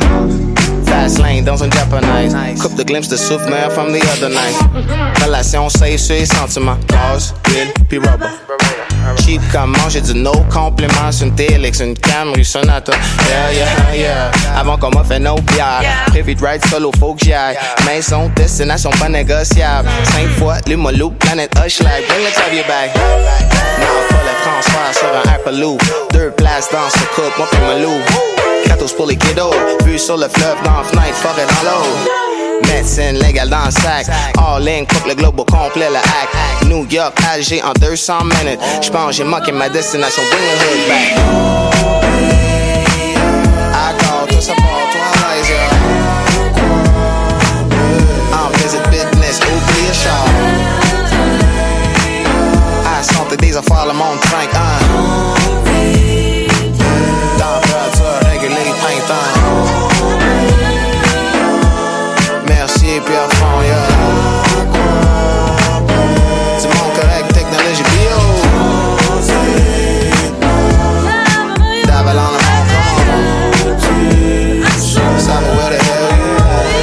Fast lane dans un japonais. Coupe de glimpses de souvenirs from the other night. Relation safe sur les sentiments. Gaz, huile, pis rubber. Cheap comme manger du no compliments. C'est une T L X, une Camry, Sonata. Yeah, yeah, yeah. Avant qu'on m'a fait no bière. Prévu de ride solo, faut que j'y aille. Maison, destination pas négociable. Cinq fois, les molous, planète Hushlag. Bring the W back. Non, pas le transfert sur un Hyperloop. Deux places dans ce couple, moi pis ma loup. Kratos pour les kiddos. Vue sur le fleuve, dans la fenêtre, forêt dans l'eau. Médecine légale dans le sac. All in, coupe le globe au complet, le hack. New York, Alger en deux cents minutes. J'pense j'ai manqué ma destination, bring the hood back. Accord, tout ça pour toi, laser. En visit business, oublie le char. À santé des affaires, le monde trinque, hein. Température régulée, printemps. Merci et puis à fond, yeah. Du monde correct, technologie bio. D'avalant le monde, ça va where the hell you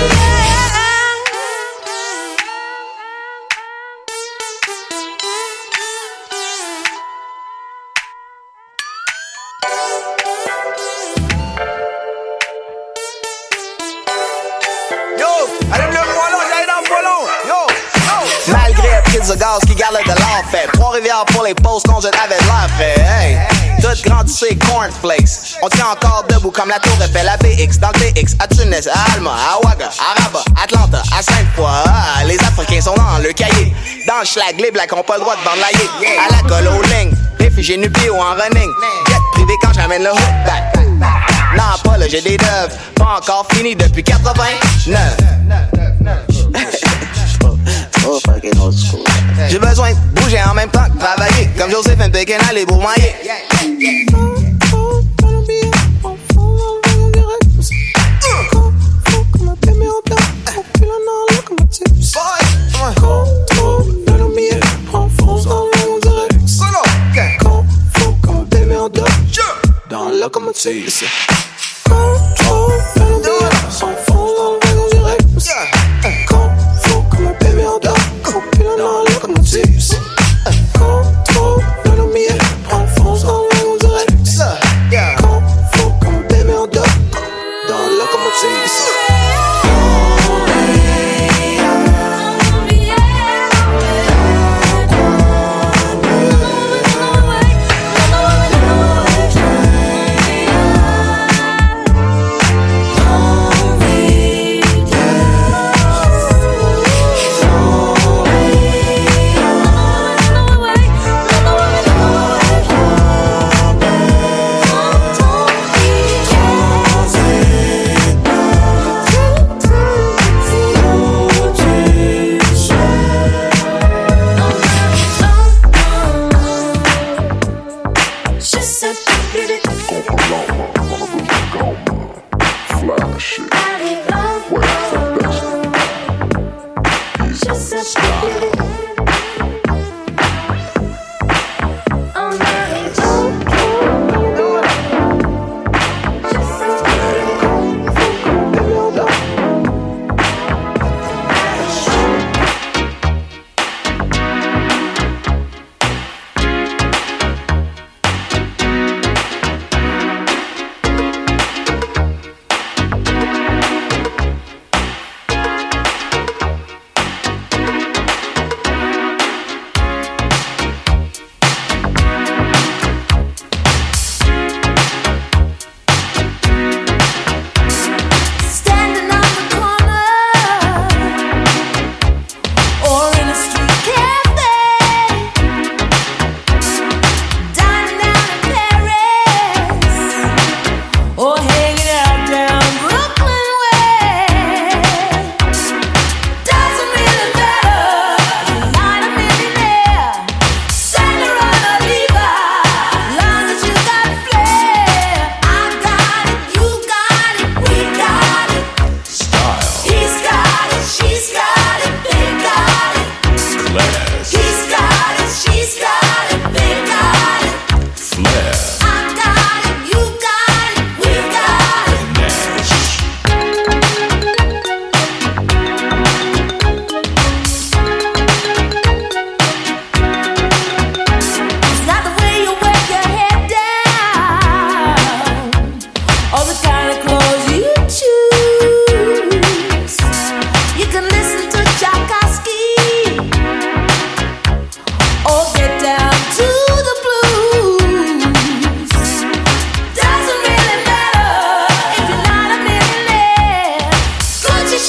de gaz qui garde de l'or fait. Trois-Rivières pour les pauses qu'on jette avec l'air fait. Hey, tout grandissé cornflakes. On tient encore debout comme la tour Eiffel. La B X dans le T X, à Tunis, à Alma, à Ouaga, à Rabat, Atlanta, à Sainte-Foy. Ah, les Africains sont dans le cahier. Dans le schlag, les blacks ont pas le droit de vendre la yé. À la colle aux lignes, réfugiés nupio en running. Jet privé quand j'amène le hood back. Non, pas là, j'ai des deuves. Pas encore fini depuis quatre-vingt-neuf. Oh, fucking old school. J'ai besoin de bouger en même temps que travailler. Comme Joséphine Pékin, aller pour mailler. Dans la locomotive.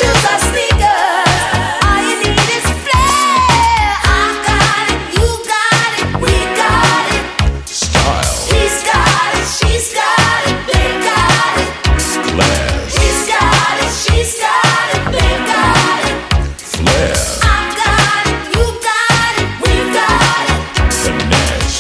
shoes or sneakers. All you need is flair. I got it, you got it, we got it. Style. He's got it, she's got it, they got it. Class. He's got it, she's got it, they got it. Flair. I got it, you got it, we got it. Finesse.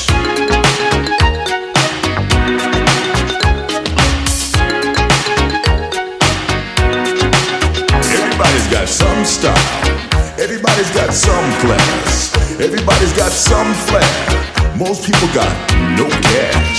Everybody's got some style. Everybody's got some class. Everybody's got some flair. Most people got no cash.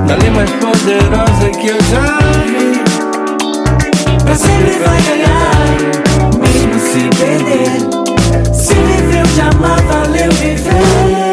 da lei mais poderosa que eu já vi. Pra sempre vai ganhar, mesmo se perder. Se viveu de amar, valeu viver.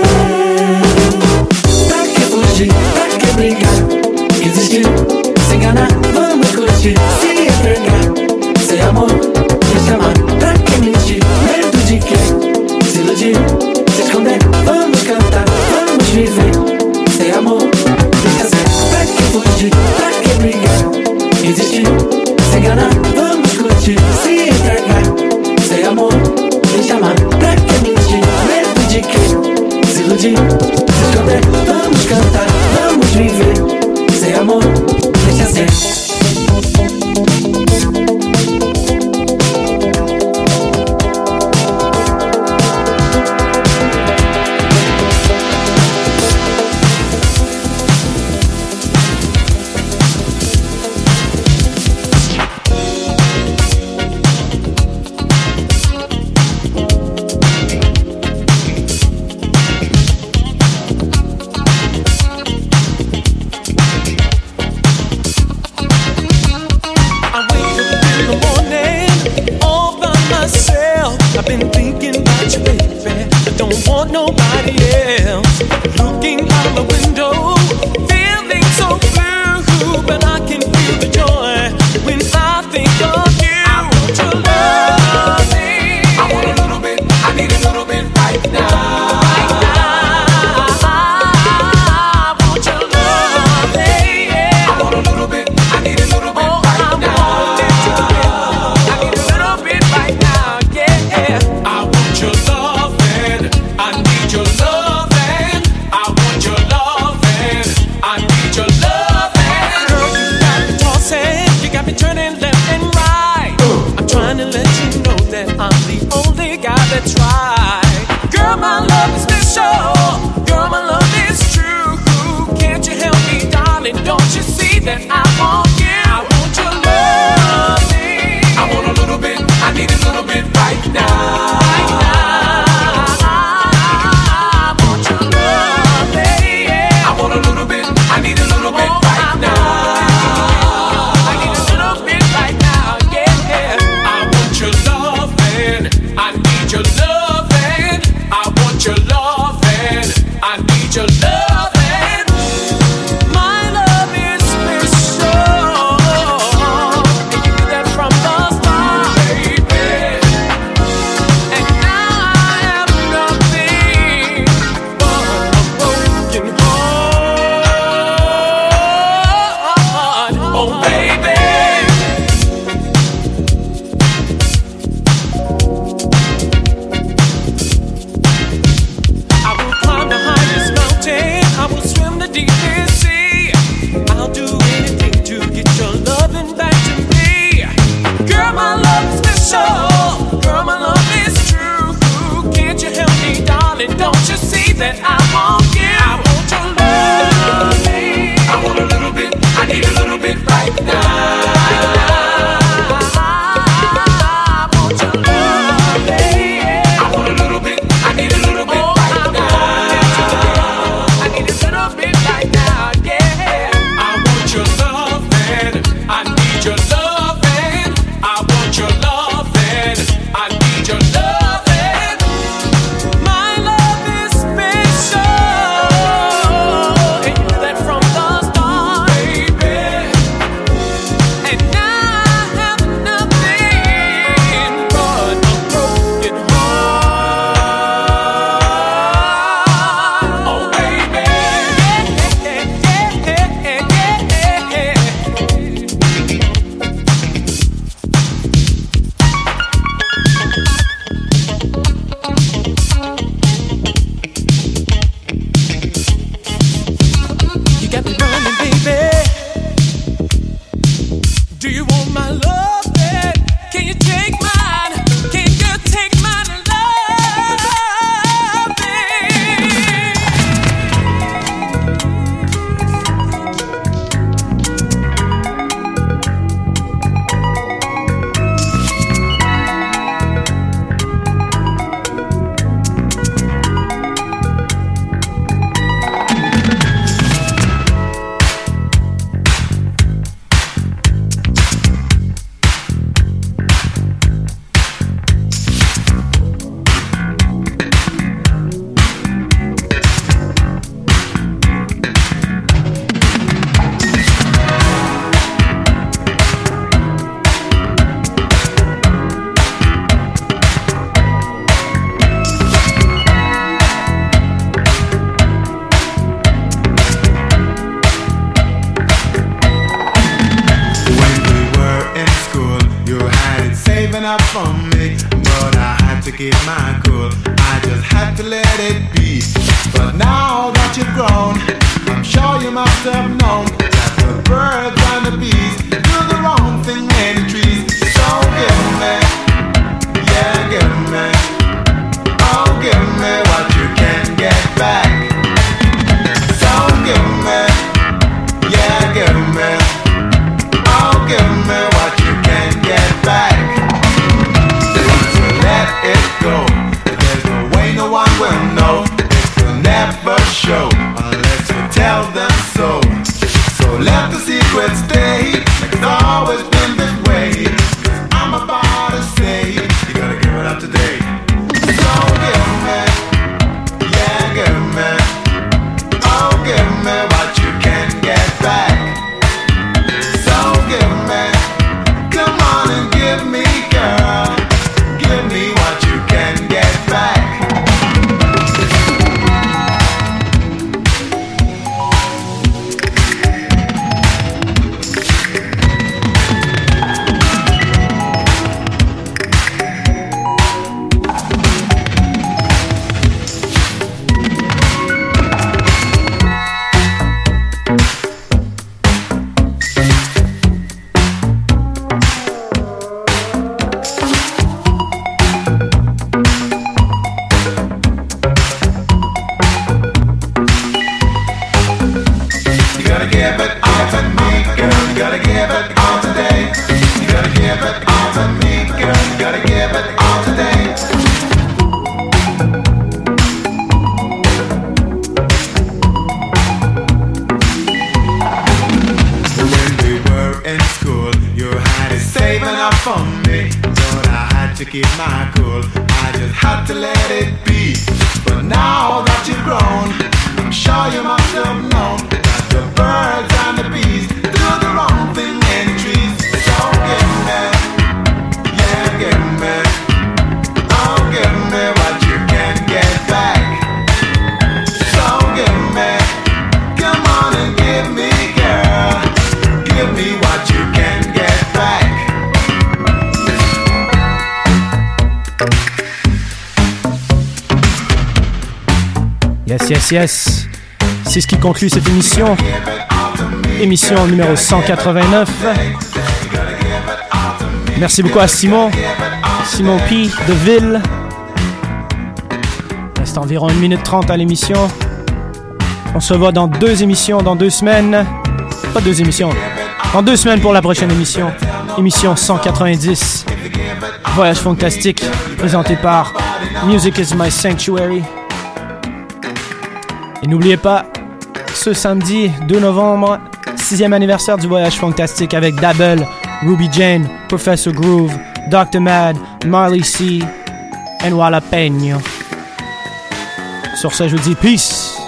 Pra que fugir, pra que brigar? Existir, se enganar, vamos curtir. Se entregar, sem amor, deixa amar. Pra que mentir, medo de quê? Se iludir, se esconder, vamos cantar, vamos viver. Sem amor, deixa ser. Pra que fugir, pra que brigar? Existir, se enganar, vamos curtir. Se entregar, sem amor, deixa amar. Pra que mentir, medo de quê? Se iludir, se esconder, vamos cantar, vamos viver. Sem amor, deixa ser. My love is special. keep my cool. I just had to let it be. But now that you've grown, I'm sure you must have known that the birds and the bees do the wrong thing in the trees. So give me, yeah, give me, oh, give me what you can get back. So give me, yeah, give me, oh, give me what you can get back. So let it go. There's no way no one will know. It will never show unless you tell them so. So let the secret stay, like it's always been this way. I'm about to say, you gotta give it up today. So give me, yeah, give me, oh, give me what you can get back. So give me, come on and give me, girl, give me what you can get back. You gotta give it all to me, girl. You gotta give it all today. You gotta give it all to me, girl. You gotta give it all today. When we were in school, you had it saving up for me, but I had to keep my cool. I just had to let it be. But now that you've grown, I'm sure you must have known that the birds and the bees do the wrong thing in the trees. So give me, yeah, give me, oh, give me what you can get back. So give me, come on and give me, girl, give me what you can get back. Yes, yes, yes. C'est ce qui conclut cette émission. Émission numéro cent quatre-vingt-neuf. Merci beaucoup à Simon. Simon P. de Ville. Il reste environ une minute trente à l'émission. On se voit dans deux émissions, dans deux semaines. Pas deux émissions. Dans deux semaines pour la prochaine émission. Émission cent quatre-vingt-dix. Voyage fantastique. Présenté par Music is My Sanctuary. Et n'oubliez pas, ce samedi deux novembre, sixième anniversaire du Voyage Fantastique avec Dabble, Ruby Jane, Professor Groove, docteur Mad, Marley C, and Walla Peña. Sur ce, je vous dis peace!